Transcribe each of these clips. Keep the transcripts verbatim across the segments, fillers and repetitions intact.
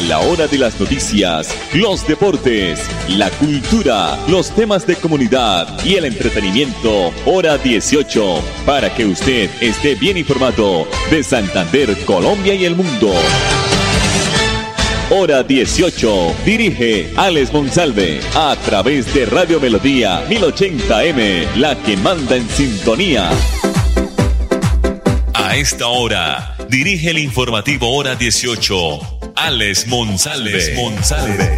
la hora de las noticias, los deportes, la cultura, los temas de comunidad y el entretenimiento, hora dieciocho, para que usted esté bien informado de Santander, Colombia y el mundo. Hora dieciocho, dirige Alex Monsalve, a través de Radio Melodía mil ochenta eme, la que manda en sintonía. A esta hora, dirige el informativo Hora dieciocho, Alex Monsalve. Monsalve.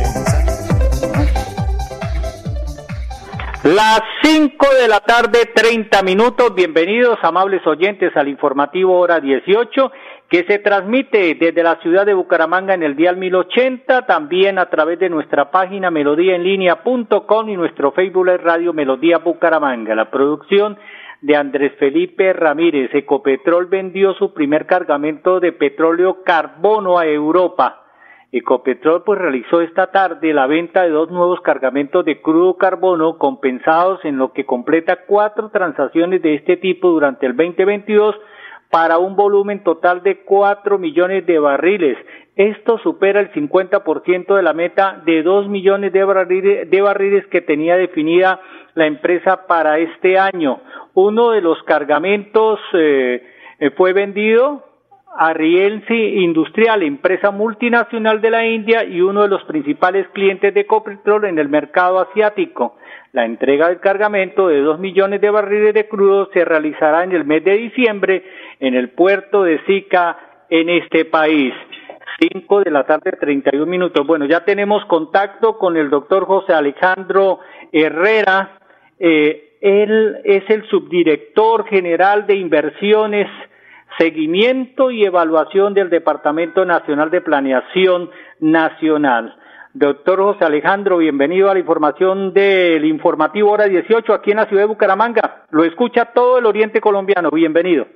Las cinco de la tarde, treinta minutos. Bienvenidos, amables oyentes, al informativo Hora dieciocho, que se transmite desde la ciudad de Bucaramanga en el dial mil ochenta, también a través de nuestra página melodía en línea punto com y nuestro Facebook Radio Melodía Bucaramanga. La producción de Andrés Felipe Ramírez. Ecopetrol vendió su primer cargamento de petróleo carbono a Europa. Ecopetrol pues realizó esta tarde la venta de dos nuevos cargamentos de crudo carbono compensados, en lo que completa cuatro transacciones de este tipo durante el veinte veintidós para un volumen total de cuatro millones de barriles. Esto supera el cincuenta por ciento de la meta de dos millones de barriles, de barriles que tenía definida la empresa para este año. Uno de los cargamentos eh, fue vendido a Rienzi Industrial, empresa multinacional de la India y uno de los principales clientes de Ecopetrol en el mercado asiático. La entrega del cargamento de dos millones de barriles de crudo se realizará en el mes de diciembre en el puerto de Sica, en este país. Cinco de la tarde, treinta y un minutos. Bueno, ya tenemos contacto con el doctor José Alejandro Herrera. Eh, él es el subdirector general de inversiones, seguimiento y evaluación del Departamento Nacional de Planeación Nacional. Doctor José Alejandro, bienvenido a la información del informativo Hora dieciocho aquí en la ciudad de Bucaramanga. Lo escucha todo el oriente colombiano. Bienvenido.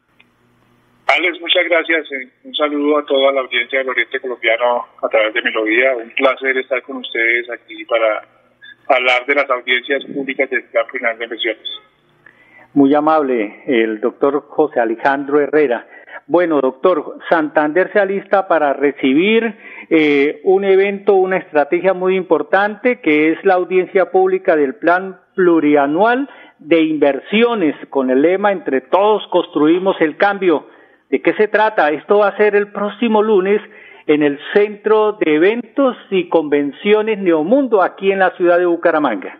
Alex, muchas gracias. Un saludo a toda la audiencia del oriente colombiano a través de Melodía. Un placer estar con ustedes aquí para hablar de las audiencias públicas del Plan Final de Inversiones. Muy amable el doctor José Alejandro Herrera. Bueno, doctor, Santander se alista para recibir eh, un evento, una estrategia muy importante, que es la audiencia pública del Plan Plurianual de Inversiones, con el lema "Entre todos construimos el cambio". ¿De qué se trata? Esto va a ser el próximo lunes en el Centro de Eventos y Convenciones Neomundo, aquí en la ciudad de Bucaramanga.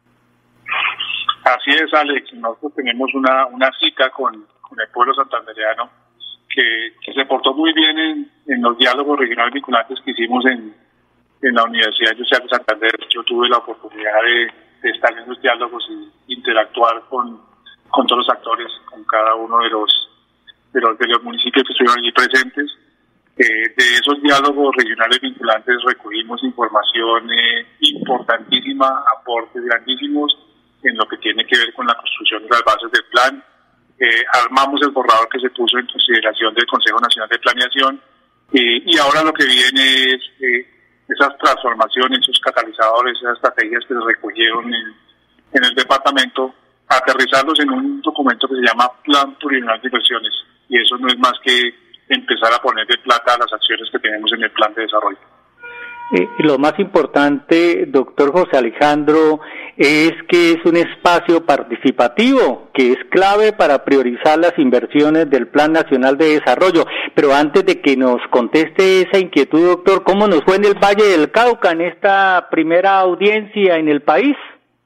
Así es, Alex. Nosotros tenemos una, una cita con, con el pueblo santandereano que, que se portó muy bien en, en los diálogos regionales vinculantes que hicimos en, en la Universidad Industrial de Santander. Yo tuve la oportunidad de, de estar en los diálogos y interactuar con, con todos los actores, con cada uno de los de los, de los municipios que estuvieron allí presentes. Eh, de esos diálogos regionales vinculantes recogimos información eh, importantísima, aportes grandísimos en lo que tiene que ver con la construcción de las bases del plan. Eh, armamos el borrador que se puso en consideración del Consejo Nacional de Planeación eh, y ahora lo que viene es eh, esas transformaciones, esos catalizadores, esas estrategias que se recogieron en, en el departamento, aterrizarlos en un documento que se llama Plan Plurianual de Inversiones, y eso no es más que empezar a poner de plata a las acciones que tenemos en el plan de desarrollo. Eh, lo más importante, doctor José Alejandro, es que es un espacio participativo que es clave para priorizar las inversiones del Plan Nacional de Desarrollo. Pero antes de que nos conteste esa inquietud, doctor, ¿cómo nos fue en el Valle del Cauca en esta primera audiencia en el país?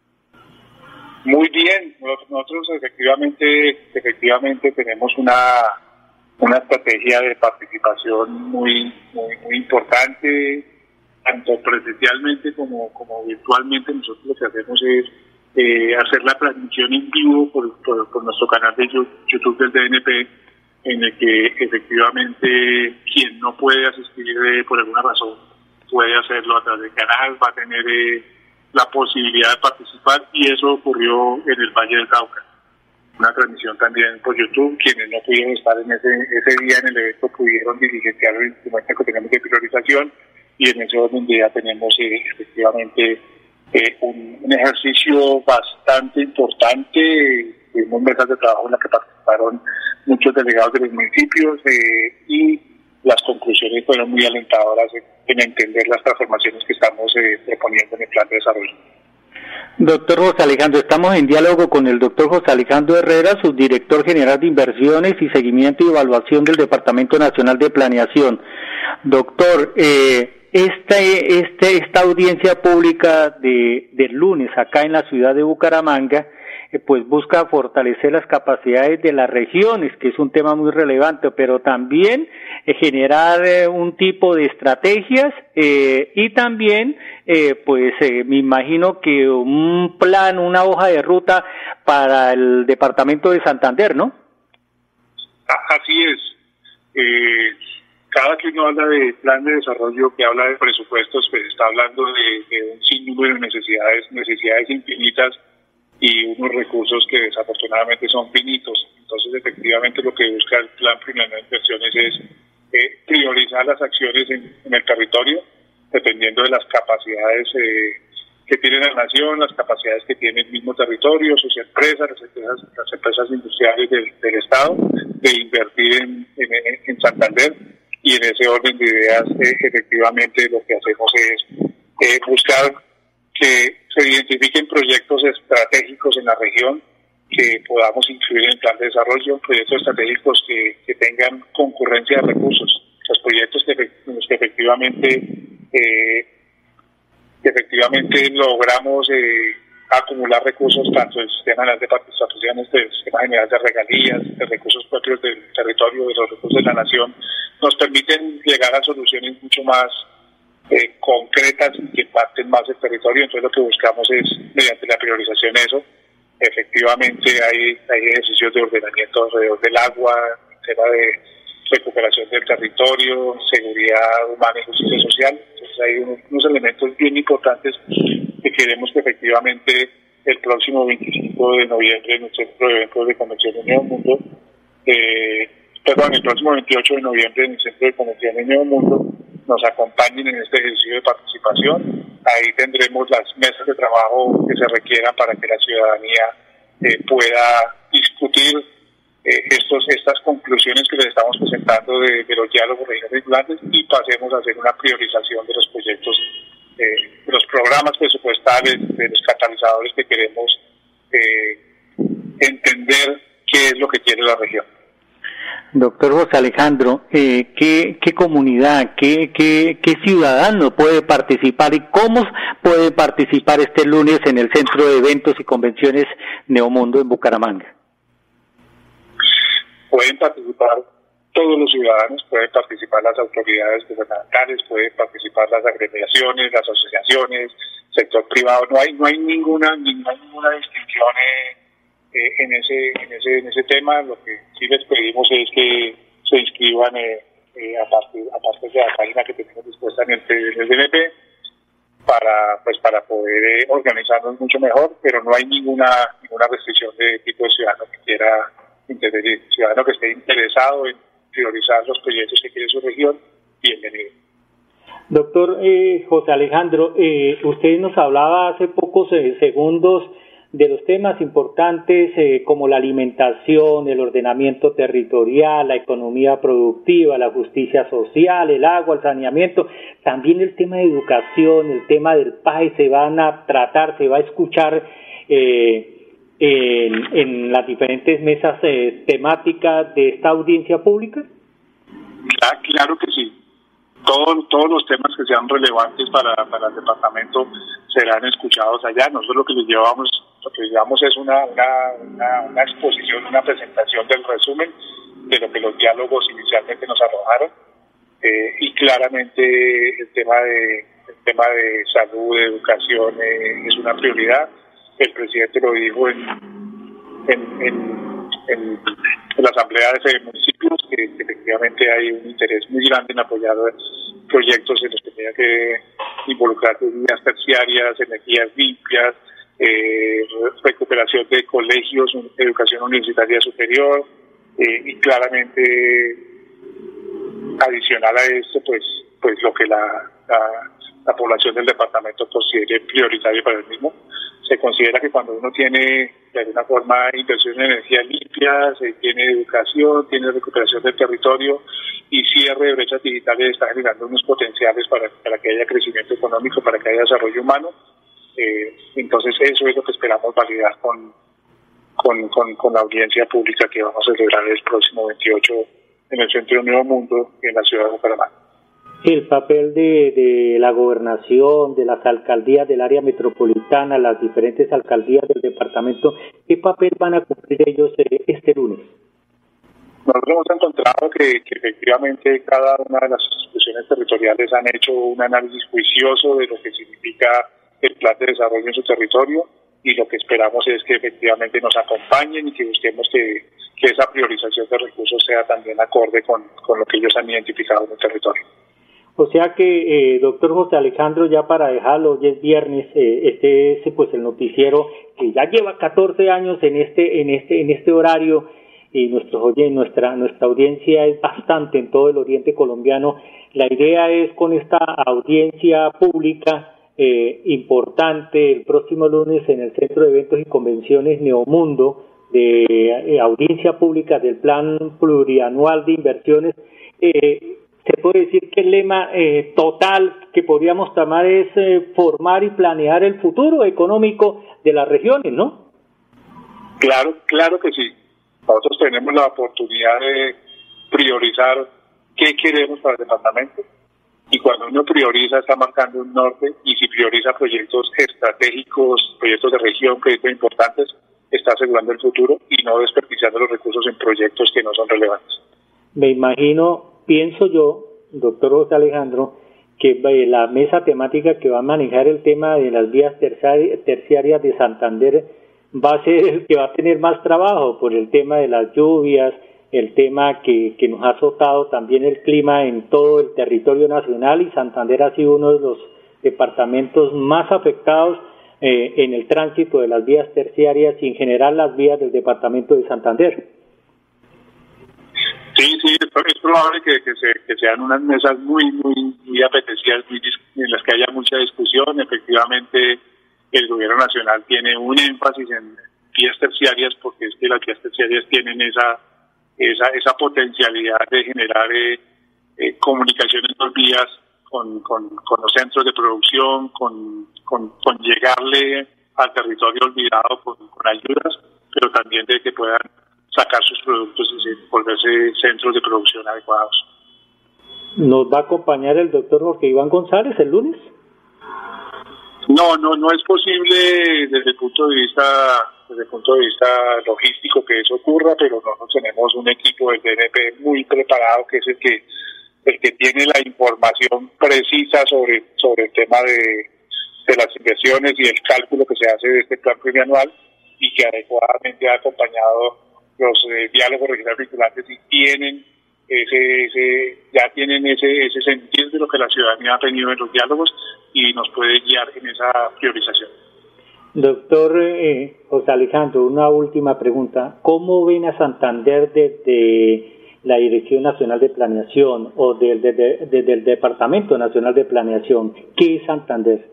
Muy bien, nosotros efectivamente efectivamente tenemos una una estrategia de participación muy muy muy importante, tanto presencialmente como como virtualmente. Nosotros lo que hacemos es eh, hacer la transmisión en vivo por, por, por nuestro canal de YouTube del D N P, en el que efectivamente quien no puede asistir eh, por alguna razón puede hacerlo a través del canal, va a tener eh, la posibilidad de participar, y eso ocurrió en el Valle del Cauca. Una transmisión también por YouTube. Quienes no pudieron estar en ese ese día en el evento pudieron diligenciar el instrumento que tenemos de priorización, y en ese orden ya tenemos eh, efectivamente eh, un, un ejercicio bastante importante. Tuvimos mesas de trabajo en las que participaron muchos delegados de los municipios eh, y las conclusiones fueron muy alentadoras en, en entender las transformaciones que estamos eh, proponiendo en el plan de desarrollo. Doctor José Alejandro, estamos en diálogo con el doctor José Alejandro Herrera, subdirector general de Inversiones y Seguimiento y Evaluación del Departamento Nacional de Planeación. Doctor, eh, esta, este, esta audiencia pública de, del lunes acá en la ciudad de Bucaramanga, eh, pues busca fortalecer las capacidades de las regiones, que es un tema muy relevante, pero también eh, generar eh, un tipo de estrategias eh, y también, eh, pues eh, me imagino que un plan, una hoja de ruta para el departamento de Santander, ¿no? Así es. Eh, cada que uno habla de plan de desarrollo, que habla de presupuestos, pues está hablando de, de un sinnúmero de necesidades, necesidades infinitas y unos recursos que desafortunadamente son finitos. Entonces, efectivamente, lo que busca el plan plurianual de inversiones es eh, priorizar las acciones en, en el territorio, dependiendo de las capacidades eh, que tiene la nación, las capacidades que tiene el mismo territorio, sus empresas, las empresas, las empresas industriales del, del Estado, de invertir en, en, en Santander. Y en ese orden de ideas, eh, efectivamente, lo que hacemos es eh, buscar que se identifiquen proyectos estratégicos en la región que podamos incluir en el plan de desarrollo, proyectos estratégicos que, que tengan concurrencia de recursos, los proyectos que, los que efectivamente eh, que efectivamente logramos eh, acumular recursos tanto del sistema general de participaciones, del sistema general de regalías, de recursos propios del territorio, de los recursos de la nación, nos permiten llegar a soluciones mucho más eh, concretas y que impacten más el territorio. Entonces lo que buscamos es, mediante la priorización eso, efectivamente hay, hay ejercicios de ordenamiento alrededor del agua, tema de recuperación del territorio, seguridad humana y justicia social. Entonces hay unos, unos elementos bien importantes que queremos que efectivamente el próximo veinticinco de noviembre en el Centro de Eventos de Convención Nuevo Mundo, eh, perdón, el próximo veintiocho de noviembre en el Centro de Convención Nuevo Mundo, nos acompañen en este ejercicio de participación. Ahí tendremos las mesas de trabajo que se requieran para que la ciudadanía eh, pueda discutir eh, estos estas conclusiones que les estamos presentando de, de los diálogos regionales vinculantes y pasemos a hacer una priorización de los proyectos, eh, de los programas presupuestales, de los catalizadores que queremos eh, entender qué es lo que quiere la región. Doctor José Alejandro, eh, ¿qué, qué comunidad, qué, qué, qué ciudadano puede participar y cómo puede participar este lunes en el Centro de Eventos y Convenciones Neomundo en Bucaramanga? Pueden participar todos los ciudadanos, pueden participar las autoridades gubernamentales, pueden participar las agremiaciones, las asociaciones, sector privado. No hay, no hay ninguna, ninguna, ninguna distinción eh, Eh, en ese en ese en ese tema. Lo que sí les pedimos es que se inscriban eh, eh, a partir a partir de la página que tenemos dispuesta en el, en el D N P para pues para poder eh, organizarnos mucho mejor, pero no hay ninguna ninguna restricción de tipo de ciudadano que quiera intervenir. Ciudadano que esté interesado en priorizar los proyectos que quiere su región, bienvenido. Doctor eh, José Alejandro, eh, usted nos hablaba hace pocos eh, segundos de los temas importantes eh, como la alimentación, el ordenamiento territorial, la economía productiva, la justicia social, el agua, el saneamiento, también el tema de educación, el tema del P A E se van a tratar, se va a escuchar eh, en, en las diferentes mesas eh, temáticas de esta audiencia pública. Ah, claro que sí. Todos, todos los temas que sean relevantes para, para el departamento serán escuchados allá. Nosotros lo que les llevamos, lo que les llevamos es una, una, una, una exposición, una presentación del resumen de lo que los diálogos inicialmente nos arrojaron. Eh, y claramente el tema de el tema de salud, de educación eh, es una prioridad. El presidente lo dijo en, en, en En, en la asamblea de municipios, que, que efectivamente hay un interés muy grande en apoyar proyectos en los que tenga que involucrar vías terciarias, energías limpias, eh, recuperación de colegios, educación universitaria superior, eh, y claramente adicional a esto, pues, pues lo que la, la, la población del departamento considere prioritario para el mismo. Se considera que cuando uno tiene de alguna forma inversión en energía limpia, se tiene educación, tiene recuperación del territorio y cierre de brechas digitales está generando unos potenciales para, para que haya crecimiento económico, para que haya desarrollo humano. Eh, entonces eso es lo que esperamos validar con, con, con, con la audiencia pública que vamos a celebrar el próximo veintiocho en el Centro Nuevo Mundo en la ciudad de Bucaramanga. El papel de, de la gobernación, de las alcaldías del área metropolitana, las diferentes alcaldías del departamento, ¿qué papel van a cumplir ellos eh, este lunes? Nosotros hemos encontrado que, que efectivamente cada una de las instituciones territoriales han hecho un análisis juicioso de lo que significa el plan de desarrollo en su territorio, y lo que esperamos es que efectivamente nos acompañen y que busquemos que, que esa priorización de recursos sea también acorde con, con lo que ellos han identificado en el territorio. O sea que, eh, doctor José Alejandro, ya para dejarlo, hoy es viernes, eh, este es pues el noticiero que ya lleva catorce años en este en este en este horario, y nuestros oye nuestra nuestra audiencia es bastante en todo el oriente colombiano. La idea es, con esta audiencia pública eh, importante el próximo lunes en el Centro de Eventos y Convenciones Neomundo, de eh, audiencia pública del Plan Plurianual de Inversiones, eh, se puede decir que el lema eh, total que podríamos tomar es eh, formar y planear el futuro económico de las regiones, ¿no? Claro, claro que sí. Nosotros tenemos la oportunidad de priorizar qué queremos para el departamento, y cuando uno prioriza está marcando un norte, y si prioriza proyectos estratégicos, proyectos de región, proyectos importantes, está asegurando el futuro y no desperdiciando los recursos en proyectos que no son relevantes. Me imagino, pienso yo, doctor José Alejandro, que la mesa temática que va a manejar el tema de las vías terciarias de Santander va a ser el que va a tener más trabajo por el tema de las lluvias, el tema que, que nos ha azotado también el clima en todo el territorio nacional, y Santander ha sido uno de los departamentos más afectados eh, en el tránsito de las vías terciarias y en general las vías del departamento de Santander. Sí, sí, es probable que, que, se, que sean unas mesas muy, muy, muy apetecidas, muy, en las que haya mucha discusión. Efectivamente, el gobierno nacional tiene un énfasis en vías terciarias, porque es que las vías terciarias tienen esa esa esa potencialidad de generar eh, eh, comunicación en dos vías con, con, con los centros de producción, con, con, con llegarle al territorio olvidado con, con ayudas, pero también de que puedan sacar sus productos y volverse centros de producción adecuados. ¿Nos va a acompañar el doctor Jorge Iván González el lunes? No, no, no es posible desde el punto de vista, desde el punto de vista logístico que eso ocurra, pero nosotros tenemos un equipo del D N P muy preparado, que es el que el que tiene la información precisa sobre sobre el tema de, de las inversiones y el cálculo que se hace de este plan plurianual, y que adecuadamente ha acompañado los eh, diálogos regionales vinculantes, y tienen ese, ese ya tienen ese ese sentido de lo que la ciudadanía ha tenido en los diálogos, y nos puede guiar en esa priorización. Doctor eh, José Alejandro, una última pregunta. ¿Cómo ven a Santander desde la Dirección Nacional de Planeación o desde, desde, desde el Departamento Nacional de Planeación? ¿Qué es Santander?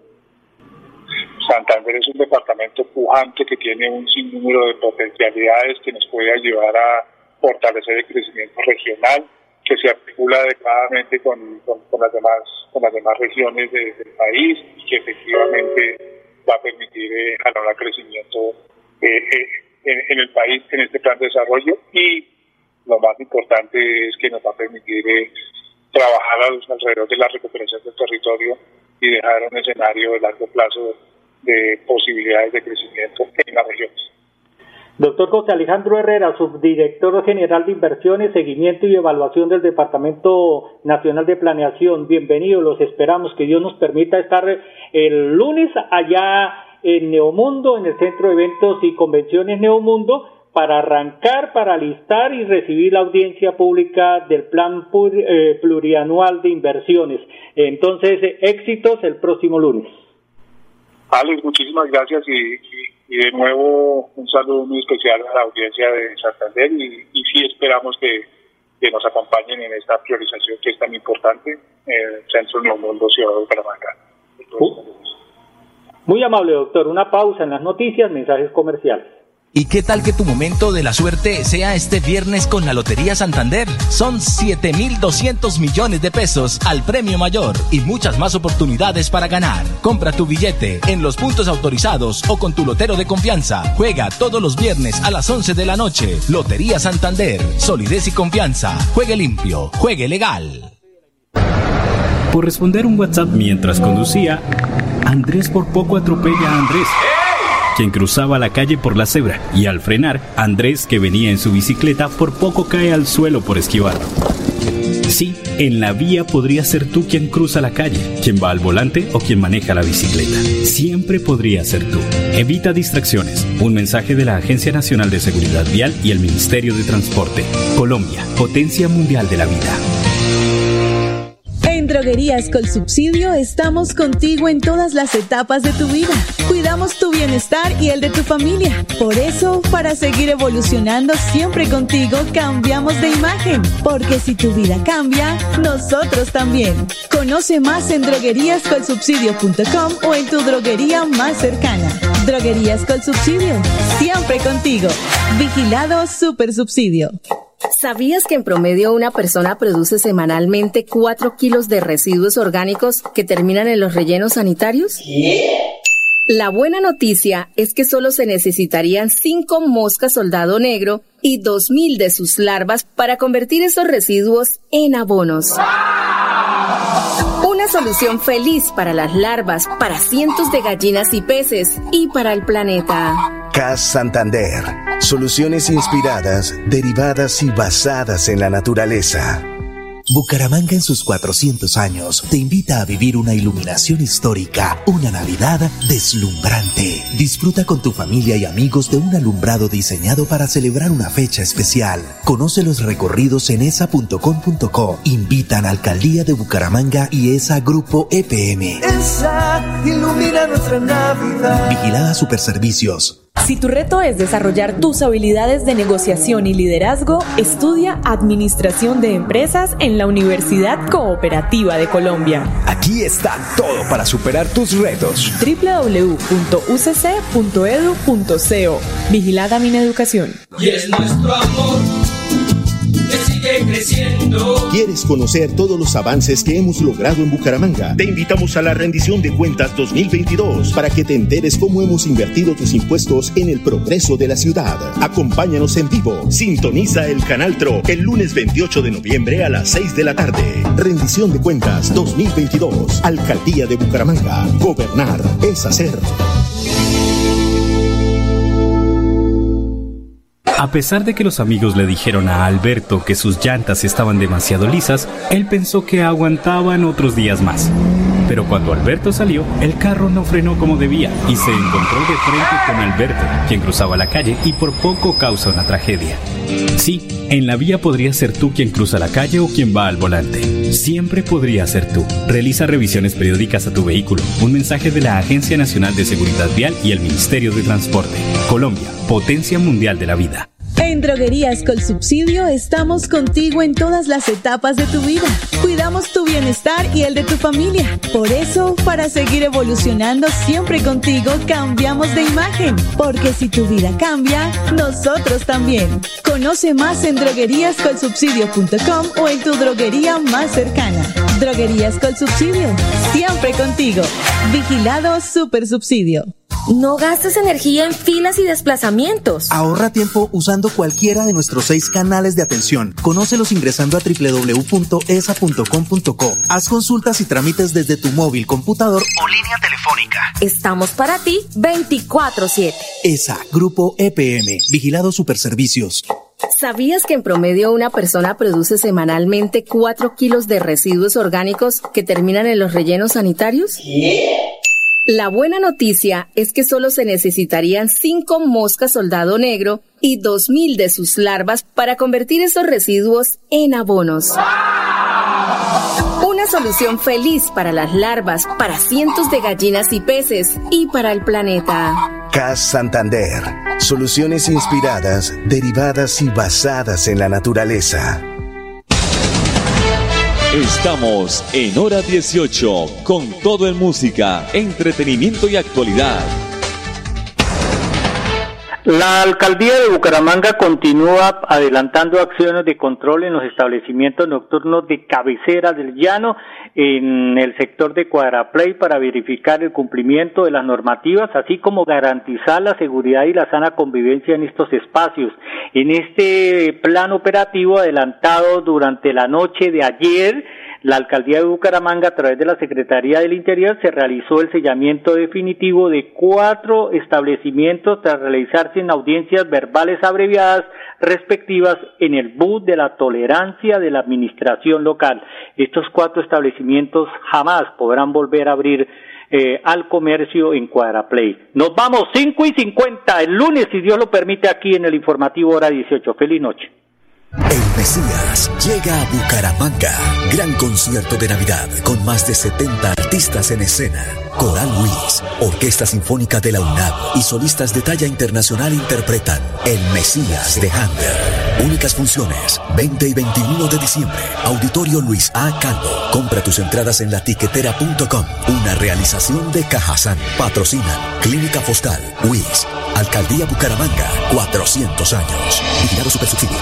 Santander es un departamento pujante que tiene un sinnúmero de potencialidades que nos puede ayudar a fortalecer el crecimiento regional, que se articula adecuadamente con, con, con las demás con las demás regiones de, del país, y que efectivamente va a permitir eh, generar crecimiento eh, eh, en, en el país en este plan de desarrollo, y lo más importante es que nos va a permitir eh, trabajar alrededor de la recuperación del territorio y dejar un escenario de largo plazo de posibilidades de crecimiento en las regiones. Doctor José Alejandro Herrera, subdirector general de Inversiones, Seguimiento y Evaluación del Departamento Nacional de Planeación. Bienvenido, los esperamos. Que Dios nos permita estar el lunes allá en Neomundo, en el Centro de Eventos y Convenciones Neomundo, para arrancar, para alistar y recibir la audiencia pública del Plan Plurianual de Inversiones. Entonces, éxitos el próximo lunes. Alex, muchísimas gracias, y, y, y de nuevo un saludo muy especial a la audiencia de Santander, y, y sí esperamos que, que nos acompañen en esta priorización que es tan importante en el Centro Neomundo Ciudad de Bucaramanga. Uh, muy amable, doctor. Una pausa en las noticias, mensajes comerciales. ¿Y qué tal que tu momento de la suerte sea este viernes con la Lotería Santander? Son siete mil doscientos millones de pesos al premio mayor y muchas más oportunidades para ganar. Compra tu billete en los puntos autorizados o con tu lotero de confianza. Juega todos los viernes a las once de la noche. Lotería Santander. Solidez y confianza. Juegue limpio. Juegue legal. Por responder un WhatsApp mientras conducía, Andrés por poco atropella a Andrés, quien cruzaba la calle por la cebra, y al frenar, Andrés, que venía en su bicicleta, por poco cae al suelo por esquivarlo. Sí, en la vía podría ser tú quien cruza la calle, quien va al volante o quien maneja la bicicleta. Siempre podría ser tú. Evita distracciones. Un mensaje de la Agencia Nacional de Seguridad Vial y el Ministerio de Transporte. Colombia, potencia mundial de la vida. En Droguerías Colsubsidio estamos contigo en todas las etapas de tu vida. Cuidamos tu bienestar y el de tu familia. Por eso, para seguir evolucionando siempre contigo, cambiamos de imagen. Porque si tu vida cambia, nosotros también. Conoce más en droguerías colsubsidio punto com o en tu droguería más cercana. Droguerías Colsubsidio, siempre contigo. Vigilado Supersubsidio. ¿Sabías que en promedio una persona produce semanalmente cuatro kilos de residuos orgánicos que terminan en los rellenos sanitarios? ¿Qué? La buena noticia es que solo se necesitarían cinco moscas soldado negro y dos mil de sus larvas para convertir esos residuos en abonos. Una solución feliz para las larvas, para cientos de gallinas y peces y para el planeta. C A S Santander. Soluciones inspiradas, derivadas y basadas en la naturaleza. Bucaramanga en sus cuatrocientos años te invita a vivir una iluminación histórica, una Navidad deslumbrante. Disfruta con tu familia y amigos de un alumbrado diseñado para celebrar una fecha especial. Conoce los recorridos en esa punto com punto co. Invitan a Alcaldía de Bucaramanga y E S A Grupo E P M. E S A ilumina nuestra Navidad. Vigilada Superservicios. Si tu reto es desarrollar tus habilidades de negociación y liderazgo, estudia Administración de Empresas en la Universidad Cooperativa de Colombia. Aquí está todo para superar tus retos. doble u doble u doble u punto u c c punto e d u punto co. Vigilada Mineducación. Y es nuestro amor que sigue creciendo. ¿Quieres conocer todos los avances que hemos logrado en Bucaramanga? Te invitamos a la rendición de cuentas dos mil veintidós para que te enteres cómo hemos invertido tus impuestos en el progreso de la ciudad. Acompáñanos en vivo. Sintoniza el Canal Tro el lunes veintiocho de noviembre a las seis de la tarde. Rendición de cuentas dos mil veintidós. Alcaldía de Bucaramanga. Gobernar es hacer. A pesar de que los amigos le dijeron a Alberto que sus llantas estaban demasiado lisas, él pensó que aguantaban otros días más. Pero cuando Alberto salió, el carro no frenó como debía y se encontró de frente con Alberto, quien cruzaba la calle y por poco causa una tragedia. Sí, en la vía podría ser tú quien cruza la calle o quien va al volante. Siempre podría ser tú. Realiza revisiones periódicas a tu vehículo. Un mensaje de la Agencia Nacional de Seguridad Vial y el Ministerio de Transporte. Colombia, potencia mundial de la vida. En Droguerías Colsubsidio estamos contigo en todas las etapas de tu vida. Cuidamos tu bienestar y el de tu familia. Por eso, para seguir evolucionando siempre contigo, cambiamos de imagen. Porque si tu vida cambia, nosotros también. Conoce más en droguerías colsubsidio punto com o en tu droguería más cercana. Droguerías Colsubsidio, siempre contigo. Vigilado Supersubsidio. No gastes energía en filas y desplazamientos. Ahorra tiempo usando cualquiera de nuestros seis canales de atención. Conócelos ingresando a doble u doble u doble u punto e s a punto com punto co. Haz consultas y trámites desde tu móvil, computador o línea telefónica. Estamos para ti veinticuatro siete. E S A Grupo E P M. Vigilado Superservicios. ¿Sabías que en promedio una persona produce semanalmente cuatro kilos de residuos orgánicos que terminan en los rellenos sanitarios? ¿Qué? La buena noticia es que solo se necesitarían cinco moscas soldado negro y dos mil de sus larvas para convertir esos residuos en abonos. Una solución feliz para las larvas, para cientos de gallinas y peces y para el planeta. C A S Santander. Soluciones inspiradas, derivadas y basadas en la naturaleza. Estamos en Hora dieciocho con todo en música, entretenimiento y actualidad. La alcaldía de Bucaramanga continúa adelantando acciones de control en los establecimientos nocturnos de cabecera del llano en el sector de Cuadraplay para verificar el cumplimiento de las normativas, así como garantizar la seguridad y la sana convivencia en estos espacios. En este plan operativo adelantado durante la noche de ayer, la alcaldía de Bucaramanga, a través de la Secretaría del Interior, se realizó el sellamiento definitivo de cuatro establecimientos tras realizarse en audiencias verbales abreviadas respectivas en el B U de la tolerancia de la administración local. Estos cuatro establecimientos jamás podrán volver a abrir eh, al comercio en Cuadraplay. Nos vamos, cinco y cincuenta, el lunes, si Dios lo permite, aquí en el informativo Hora dieciocho. Feliz noche. El Mesías llega a Bucaramanga. Gran concierto de Navidad con más de setenta artistas en escena. Coral Luis, Orquesta Sinfónica de la UNAM y solistas de talla internacional interpretan El Mesías de Handel. Únicas funciones, veinte y veintiuno de diciembre. Auditorio Luis A. Calvo. Compra tus entradas en la tiquetera punto com. Una realización de Cajazán. Patrocinan Clínica Fostal, U I S, Alcaldía Bucaramanga, cuatrocientos años. Vigilado Supersubsidio.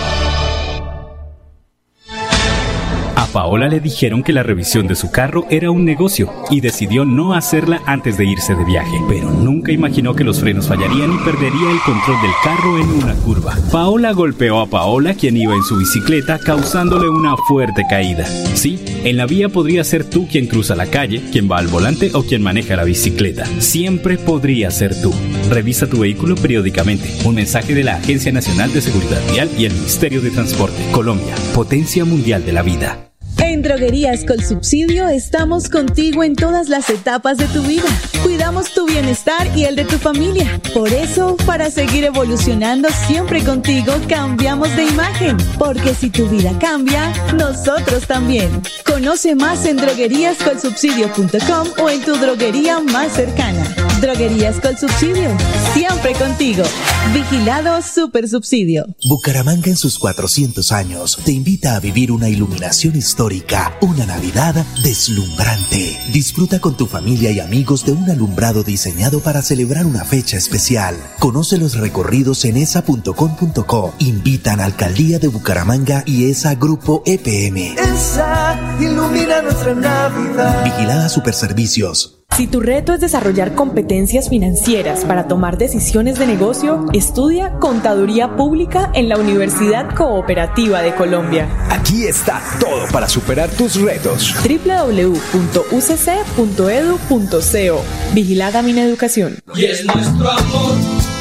A Paola le dijeron que la revisión de su carro era un negocio y decidió no hacerla antes de irse de viaje, pero nunca imaginó que los frenos fallarían y perdería el control del carro en una curva. Paola golpeó a Paola, quien iba en su bicicleta, causándole una fuerte caída. Sí, en la vía podría ser tú quien cruza la calle, quien va al volante o quien maneja la bicicleta. Siempre podría ser tú. Revisa tu vehículo periódicamente. Un mensaje de la Agencia Nacional de Seguridad Vial y el Ministerio de Transporte. Colombia, potencia mundial de la vida. En Droguerías Colsubsidio estamos contigo en todas las etapas de tu vida. Cuidamos tu bienestar y el de tu familia. Por eso, para seguir evolucionando siempre contigo, cambiamos de imagen. Porque si tu vida cambia, nosotros también. Conoce más en droguerías colsubsidio punto com o en tu droguería más cercana. Droguerías Colsubsidio, siempre contigo. Vigilado Supersubsidio. Bucaramanga en sus cuatrocientos años te invita a vivir una iluminación histórica, una Navidad deslumbrante. Disfruta con tu familia y amigos de un alumbrado diseñado para celebrar una fecha especial. Conoce los recorridos en esa punto com punto co. Invitan a Alcaldía de Bucaramanga y ESA Grupo E P M. ESA ilumina nuestra Navidad. Vigilada Superservicios. Si tu reto es desarrollar competencias financieras para tomar decisiones de negocio, estudia Contaduría Pública en la Universidad Cooperativa de Colombia. Aquí está todo para superar tus retos. doble u doble u doble u punto u c c punto e d u punto co. Vigilada Mineducación. Y es nuestro amor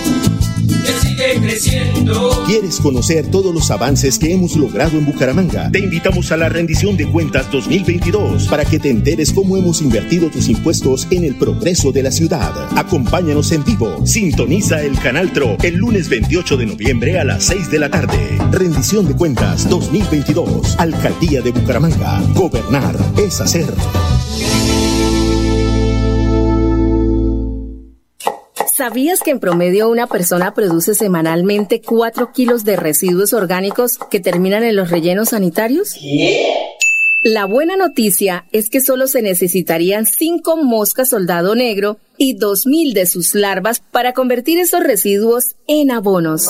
que sigue creciendo. ¿Quieres conocer todos los avances que hemos logrado en Bucaramanga? Te invitamos a la rendición de cuentas dos mil veintidós para que te enteres cómo hemos invertido tus impuestos en el progreso de la ciudad. Acompáñanos en vivo. Sintoniza el Canal Tro el lunes veintiocho de noviembre a las seis de la tarde. Rendición de cuentas dos mil veintidós. Alcaldía de Bucaramanga. Gobernar es hacer. ¿Sabías que en promedio una persona produce semanalmente cuatro kilos de residuos orgánicos que terminan en los rellenos sanitarios? ¿Qué? La buena noticia es que solo se necesitarían cinco moscas soldado negro y dos mil de sus larvas para convertir esos residuos en abonos.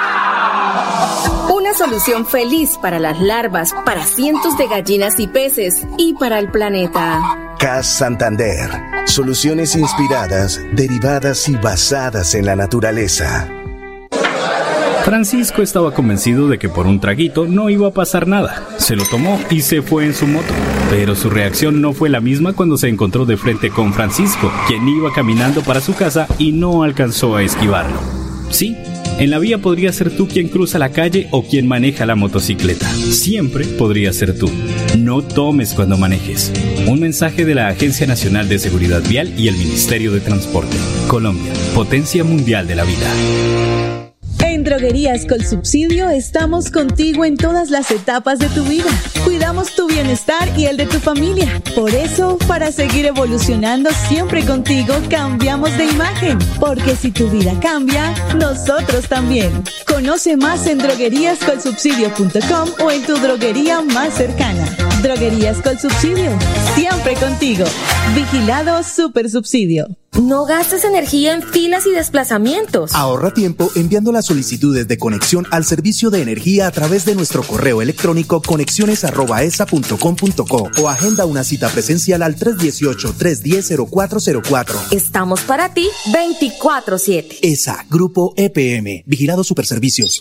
Una solución feliz para las larvas, para cientos de gallinas y peces y para el planeta. C A S Santander. Soluciones inspiradas, derivadas y basadas en la naturaleza. Francisco estaba convencido de que por un traguito no iba a pasar nada. Se lo tomó y se fue en su moto. Pero su reacción no fue la misma cuando se encontró de frente con Francisco, quien iba caminando para su casa y no alcanzó a esquivarlo. Sí, en la vía podría ser tú quien cruza la calle o quien maneja la motocicleta. Siempre podría ser tú. No tomes cuando manejes. Un mensaje de la Agencia Nacional de Seguridad Vial y el Ministerio de Transporte. Colombia, potencia mundial de la vida. En Droguerías Colsubsidio estamos contigo en todas las etapas de tu vida. Cuidamos tu bienestar y el de tu familia. Por eso, para seguir evolucionando siempre contigo, cambiamos de imagen. Porque si tu vida cambia, nosotros también. Conoce más en droguerías colsubsidio punto com o en tu droguería más cercana. Droguerías con subsidio, siempre contigo. Vigilado Supersubsidio. No gastes energía en filas y desplazamientos. Ahorra tiempo enviando las solicitudes de conexión al servicio de energía a través de nuestro correo electrónico conexiones arroba esa punto com punto co o agenda una cita presencial al tres uno ocho, tres uno cero, cero cuatro cero cuatro. Estamos para ti veinticuatro siete. ESA, Grupo E P M, Vigilado Superservicios.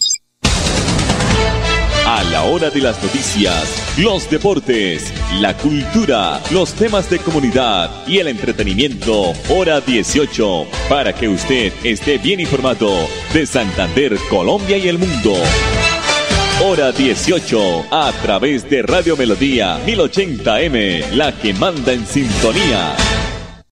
A la hora de las noticias, los deportes, la cultura, los temas de comunidad y el entretenimiento, hora dieciocho, para que usted esté bien informado de Santander, Colombia y el mundo. Hora dieciocho, a través de Radio Melodía mil ochenta M, la que manda en sintonía.